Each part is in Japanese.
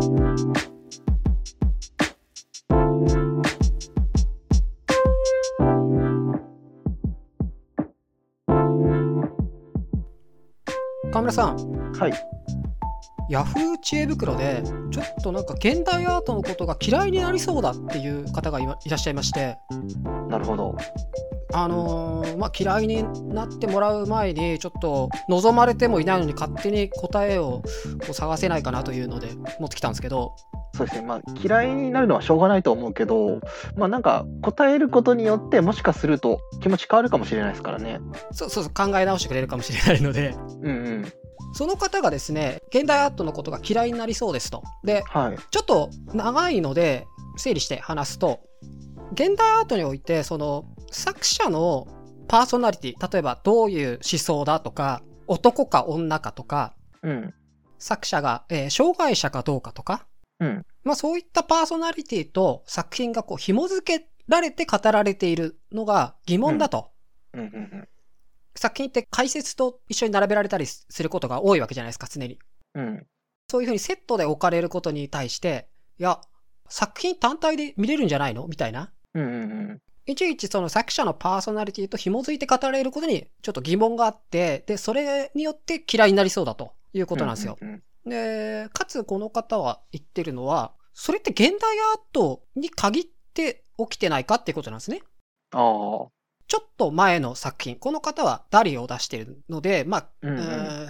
川村さん、 はい。 ヤフー知恵袋でちょっとなんか現代アートのことが嫌いになりそうだっていう方がいらっしゃいまして、 なるほど。 嫌いになってもらう前にちょっと望まれてもいないのに勝手に答えをこう探せないかなというので持ってきたんですけど。 そうですね。嫌いになるのはしょうがないと思うけど、なんか答えることによってもしかすると気持ち変わるかもしれないですからね。 そう考え直してくれるかもしれないので、 うんうん。 その方がですね、現代アートのことが嫌いになりそうですと。で、 はい。 ちょっと長いので整理して話すと、現代アートにおいてその作者のパーソナリティ、例えばどういう思想だとか、男か女かとか、 うん。 作者が、障害者かどうかとか、 うん。 そういったパーソナリティと作品がこう紐付けられて語られているのが疑問だと。 うんうんうん。 作品って解説と一緒に並べられたりすることが多いわけじゃないですか、常に。 うん。 そういうふうにセットで置かれることに対して、いや、作品単体で見れるんじゃないのみたいな。 うんうんうん。 いちいちその作者のパーソナリティと紐づいて語られることにちょっと疑問があって、で、それによって嫌いになりそうだということなんですよ。 うんうんで、かつこの方は言ってるのは、それって現代アートに限って起きてないかっていうことなんですね。 ああ。 ちょっと前の作品、この方はダリを出しているので、 うんうん。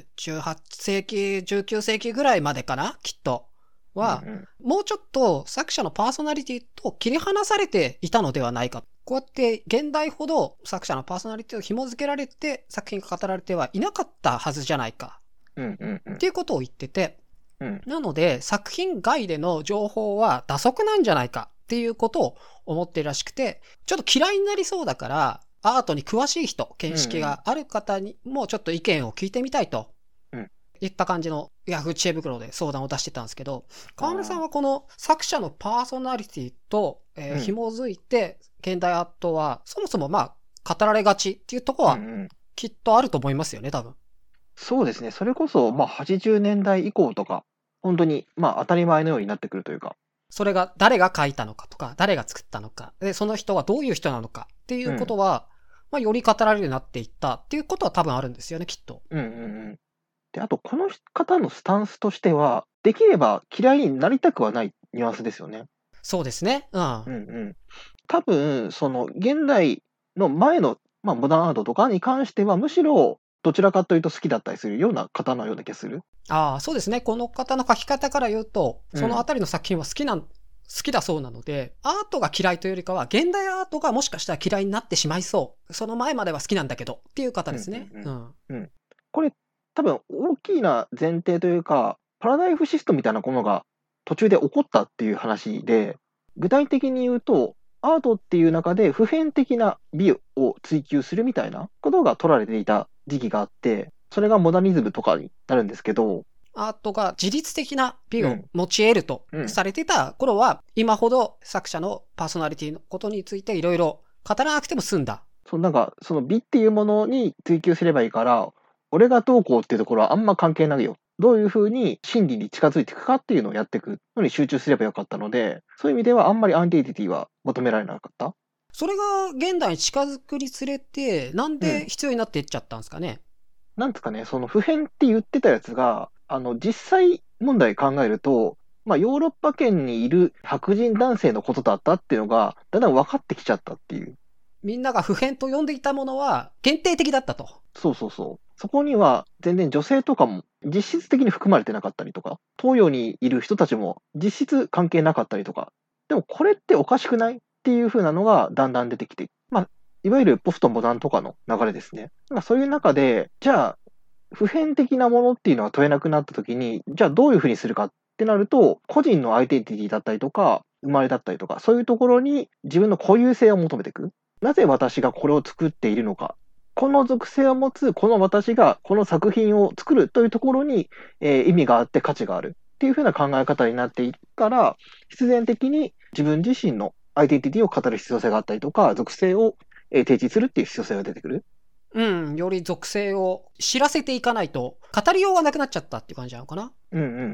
18世紀、19世紀ぐらいまでかな、きっと。は、 うんもうちょっと作者のパーソナリティと切り離されていたのではないか。こうやって現代ほど作者のパーソナリティを紐付けられて作品が語られてはいなかったはずじゃないか。 うんうんうん。 っていうことを言ってて、 うん。 なので作品外での情報は打足なんじゃないかっていうことを思ってるらしくて、ちょっと嫌いになりそうだから、アートに詳しい人、見識がある方にもちょっと意見を聞いてみたいといった感じのヤフー知恵袋で相談を出してたんですけど、川村さんはこの作者のパーソナリティと、紐づいて現代アートはそもそも語られがちっていうところはきっとあると思いますよね、多分。 そうですね。それこそ、80年代以降とか、本当に、当たり前のようになってくるというか。 それが誰が書いたのかとか、誰が作ったのか、で、その人がどういう人なのかっていうことは、より語られるようになっていったっていうことは多分あるんですよね、きっと。 うんうんうん。で、あとこの方のスタンスとしては、できれば嫌いになりたくはないニュアンスですよね。 そうですね。うん。 うんうん。多分、その現代の前の、モダンアートとかに関しては、むしろどちらかというと好きだったりするような方のような気がする。 ああ、そうですね。この方の書き方から言うと、そのあうん。 たりの作品は好きだそうなので、アートが嫌いというよりかは、現代アートがもしかしたら嫌いになってしまいそう。その前までは好きなんだけど、っていう方うんですね。 うんうん。 うん。うん。これ、多分大きな前提というか、パラダイムシフトみたいなものが途中で起こったっていう話で、具体的に言うと、アートっていう中で普遍的な美を追求するみたいなことが取られていた時期があって、それがモダニズムとかになるんですけど、 アートが自律的な美をうん、 持ち得るとうん。 されてた頃は、今ほど作者のパーソナリティのことについていろいろ語らなくても済んだ。 なんか、その美っていうものに追求すればいいから、俺がどうこうっていうところはあんま関係ないよ。どういうふうに真理に近づいていくかっていうのをやっていくのに集中すればよかったので、そういう意味ではあんまりアンティティティは求められなかった。 それが現代に近づくにつれて、なんうん。 で必要になっていっちゃったんですかね。 なんですかね、その普遍って言ってたやつが、実際問題考えると、ヨーロッパ圏にいる白人男性のことだったっていうのが、だんだん分かってきちゃったっていう。 みんなが普遍と呼んでいたものは限定的だったと。 そうそうそう。そこには全然女性とかも実質的に含まれてなかったりとか、東洋にいる人たちも実質関係なかったりとか、でもこれっておかしくないっていう風なのがだんだん出てきて、いわゆるポストモダンとかの流れですね。そういう中で、じゃあ、普遍的なものっていうのが問えなくなった時に、じゃあどういう風にするかってなると、個人のアイデンティティだったりとか、生まれだったりとか、そういうところに自分の固有性を求めていく。なぜ私がこれを作っているのか。この属性を持つこの私がこの作品を作るというところに、意味があって価値があるっていう風な考え方になっていくから、必然的に自分自身のアイデンティティを語る必要性があったりとか、属性を提示するっていう必要性が出てくる。 うん、より属性を知らせていかないと、語りようがなくなっちゃったっていう感じなのかな。 うんうん。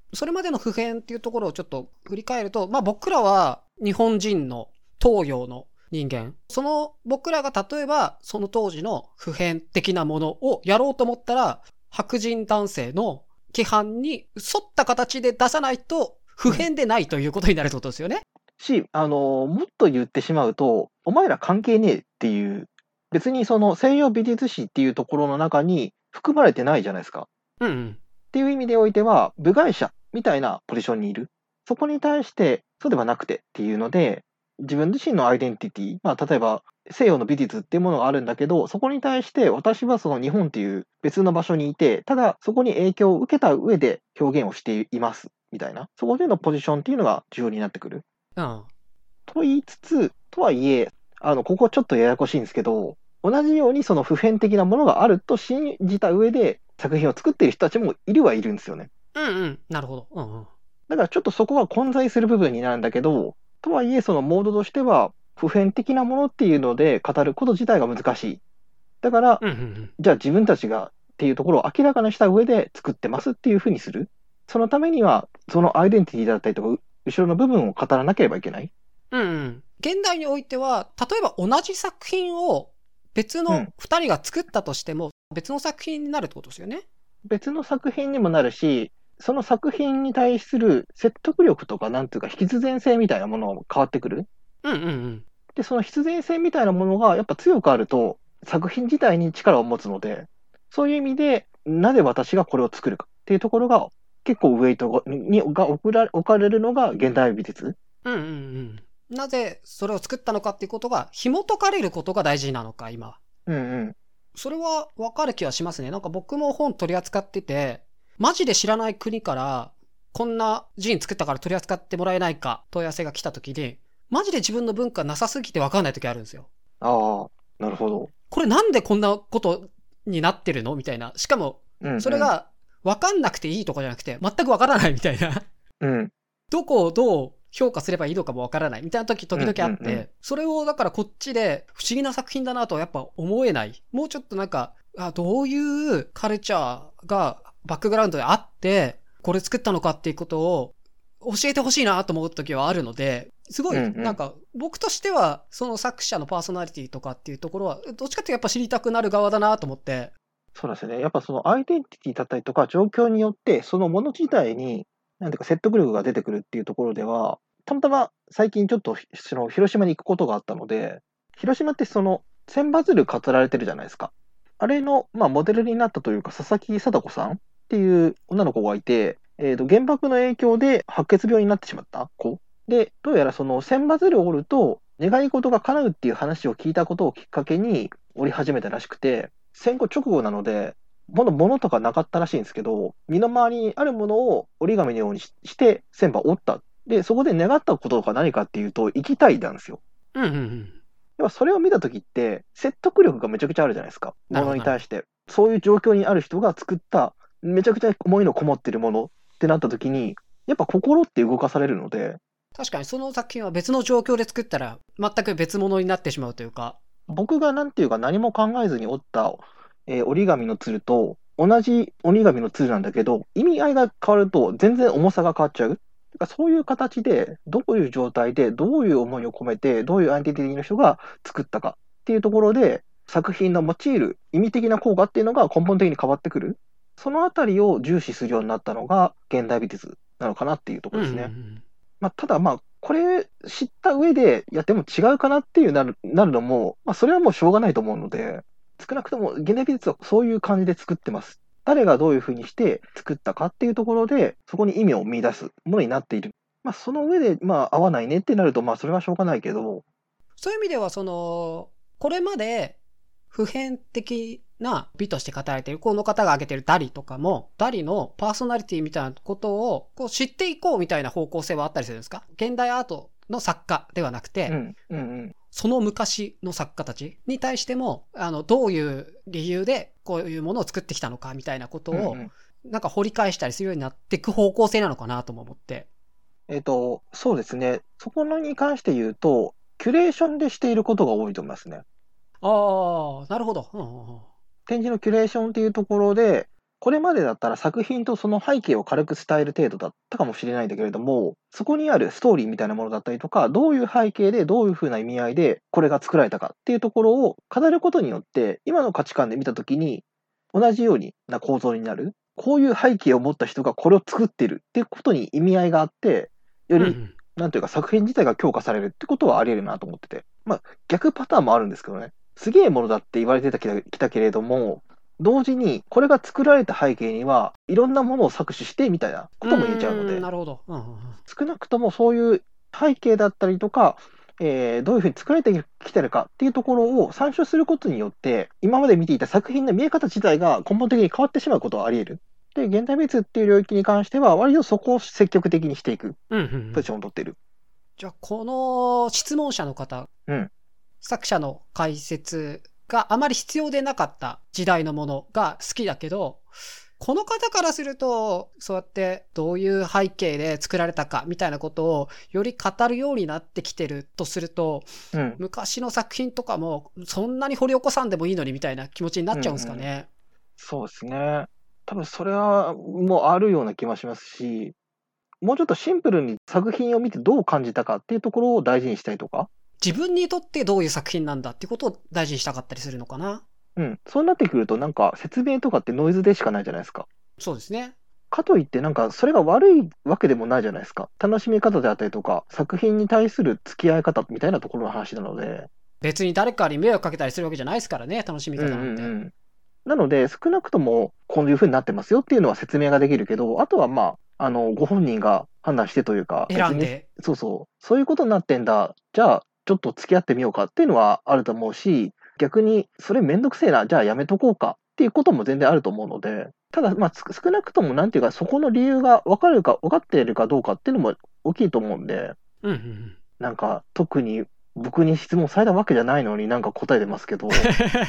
それまでの普遍っていうところをちょっと振り返ると、まあ僕らは日本人の東洋の人間。その僕らが例えばその当時の普遍的なものをやろうと思ったら、白人男性の規範に沿った形で出さないと普遍でないということになるってことですよね。 もっと言ってしまうと、お前ら関係ねえっていう、別にその西洋美術史っていうところの中に含まれてないじゃないですか。 うんうん。 っていう意味でおいては、部外者みたいなポジションにいる。そこに対して、そうではなくてっていうので、自分自身のアイデンティティ、まあ、例えば西洋の美術っていうものがあるんだけど、そこに対して私はその日本っていう別の場所にいて、ただそこに影響を受けた上で表現をしていますみたいな、そこでのポジションっていうのが重要になってくる。 うん。 と言いつつ、とはいえ、ここちょっとややこしいんですけど、同じようにその普遍的なものがあると信じた上で作品を作っている人たちもいるんですよね。 うんうん。なるほど。うんうん。 だからちょっとそこは混在する部分になるんだけど、とはいえそのモードとしては普遍的なものっていうので語ること自体が難しい。だから、 うんうんうん。 じゃあ自分たちがっていうところを明らかにした上で作ってますっていうふうにする。そのためには、そのアイデンティティだったりとか、後ろの部分を語らなければいけない。 うんうん。現代においては、例えば同じ作品を別のうん。 二人が作ったとしても、別の作品になるってことですよね。 別の作品にもなるし、その作品に対する説得力とか、なんていうか、必然性みたいなものも変わってくる。 うんうんうん。 で、その必然性みたいなものがやっぱ強くあると、作品自体に力を持つので、そういう意味で、なぜ私がこれを作るかっていうところが、結構ウェイトが置かれるのが現代美術。 うんうんうん。なぜそれを作ったのかっていうことが紐解かれることが大事なのか、今。 うんうん。 それはわかる気はしますね。なんか僕も本取り扱ってて、マジで知らない国から、こんなジーン作ったから取り扱ってもらえないか問い合わせが来た時に、マジで自分の文化なさすぎてわかんない時あるんですよ。 ああ、なるほど。 これなんでこんなことになってるのみたいな。しかも、 うんうん。 それがわかんなくていいとかじゃなくて、全くわからないみたいな。 うん。 どこをどう評価すればいいのかもわからないみたいな時々あって、 うんうんうん。 それをだからこっちで不思議な作品だなとはやっぱ思えない。もうちょっとなんか、どういうカルチャーがバックグラウンドであって、これ作ったのかっていうことを教えてほしいなと思う時はあるので、すごい、 うんうん。 なんか、僕としては、その作者のパーソナリティとかっていうところは、どっちかっていうとやっぱ知りたくなる側だなと思って。 そうですね。やっぱそのアイデンティティだったりとか、状況によって、そのもの自体に、なんていうか説得力が出てくるっていうところでは、たまたま最近ちょっとその広島に行くことがあったので、広島ってその千羽鶴飾られてるじゃないですか。あれの、まあ、モデルになったというか、佐々木貞子さんっていう女の子がいて、原爆の影響で白血病になってしまった子。で、どうやらその千羽鶴を折ると、願い事が叶うっていう話を聞いたことをきっかけに折り始めたらしくて、戦後直後なので、物とかなかったらしいんですけど、身の回りにあるものを折り紙のようにして千羽折った。で、そこで願ったことが何かっていうと、生きたいなんですよ。 うんうんうん。 やっぱそれを見たときって、説得力がめちゃくちゃあるじゃないですか。もなるほどなるほど。 のに対して。そういう状況にある人が作った、めちゃくちゃ思いのこもってるものってなったときに、やっぱ心って動かされるので、 確かにその作品は別の状況で作ったら、全く別物になってしまうというか。 僕がなんていうか何も考えずに折った、折り紙の鶴と同じ折り紙の鶴なんだけど、意味合いが変わると全然重さが変わっちゃう。だからそういう形で、どういう状態で、どういう思いを込めて、どういうアイデンティティの人が作ったかっていうところで、作品の用いる意味的な効果っていうのが根本的に変わってくる。そのあたりを重視するようになったのが現代美術なのかなっていうとこうんうんうろですね。 ん。 まあ、ただまあ、これ知った上で、いや、でも違うかなっていうなるのも、まあ、それはもうしょうがないと思うので、少なくとも現代美術はそういう感じで作ってます。誰がどういうふうにして作ったかっていうところで、そこに意味を見出すものになっている。まあ、その上で、まあ、合わないねってなると、まあ、それはしょうがないけど、 そういう意味では、これまで普遍的な美として語られている、この方が挙げているダリとかも、ダリのパーソナリティみたいなことをこう知っていこうみたいな方向性はあったりするんですか？現代アートの作家ではなくて、 うん、うん、うん。 その昔の作家たちに対しても、どういう理由でこういうものを作ってきたのかみたいなことを、 うんうん。 なんか掘り返したりするようになっていく方向性なのかなとも思って。 そうですね。そこのに関して言うと、キュレーションでしていることが多いと思いますね。 ああ、なるほど。うんうんうん。 展示のキュレーションっていうところで、 これまでだったら作品とその背景を軽く伝える程度だったかもしれないんだけれども、そこにあるストーリーみたいなものだったりとか、どういう背景でどういう風な意味合いでこれが作られたかっていうところを語ることによって、今の価値観で見たときに同じような構造になる。こういう背景を持った人がこれを作ってるっていうことに意味合いがあって、より、なんというか作品自体が強化されるってことはあり得るなと思ってて。まあ逆パターンもあるんですけどね。すげえものだって言われてきたけれども、同時にこれが作られた背景にはいろんなものを搾取してみたいなことも言えちゃうので、 なるほど。 少なくともそういう背景だったりとか、どういうふうに作られてきてるかっていうところを参照することによって、今まで見ていた作品の見え方自体が根本的に変わってしまうことはあり得る。で、現代美術っていう領域に関しては、割とそこを積極的にしていくポジションを取っている。 じゃあ、この質問者の方、作者の解説があまり必要でなかった時代のものが好きだけど、この方からすると、そうやってどういう背景で作られたかみたいなことをより語るようになってきてるとすると、昔の作品とかもそんなに掘り起こさんでもいいのにみたいな気持ちになっちゃうんですかね。 そうですね。多分それはもうあるような気もしますし、もうちょっとシンプルに作品を見てどう感じたかっていうところを大事にしたいとか。 自分にとってどういう作品なんだっていうことを大事にしたかったりするのかな。 そうなってくるとなんか説明とかってノイズでしかないじゃないですか。 そうですね。 かといってなんかそれが悪いわけでもないじゃないですか。楽しみ方であったりとか、作品に対する付き合い方みたいなところの話なので。 別に誰かに迷惑かけたりするわけじゃないですからね、楽しみ方なんて。 なので少なくともこういう風になってますよっていうのは説明ができるけど、あとはご本人が判断してというか、 選んで。 そういうことになってんだ。じゃあちょっと付き合ってみようかっていうのはあると思うし、逆にそれめんどくせえな、じゃあやめとこうかっていうことも全然あると思うので、ただ少なくともなんていうか、そこの理由が分かっているかどうかっていうのも大きいと思うんで、なんか特に僕に質問されたわけじゃないのになんか答えてますけど、で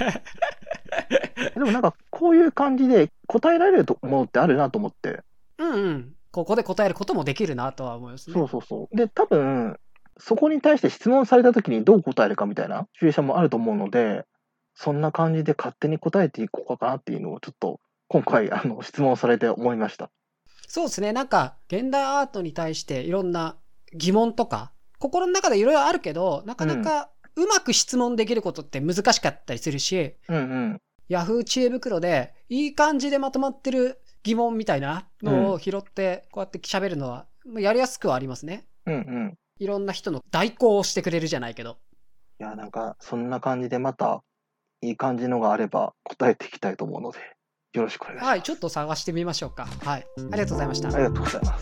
もなんかこういう感じで答えられるものってあるなと思って。 ここで答えることもできるなとは思いますね。 で、多分、そこに対して質問されたときにどう答えるかみたいなシチュエーションもあると思うので、そんな感じで勝手に答えていこうかなっていうのをちょっと今回質問されて思いました。 そうですね。なんか現代アートに対していろんな疑問とか心の中でいろいろあるけど、なかなかうまく質問できることって難しかったりするし、ヤフー知恵袋でいい感じでまとまってる疑問みたいなのを拾ってこうやって喋るのはやりやすくはありますね。いろんな人の代行をしてくれるじゃないけど。 いや、なんかそんな感じでまたいい感じのがあれば答えていきたいと思うので、よろしくお願いします。 はい、ちょっと探してみましょうか。はい、ありがとうございました。 ありがとうございます。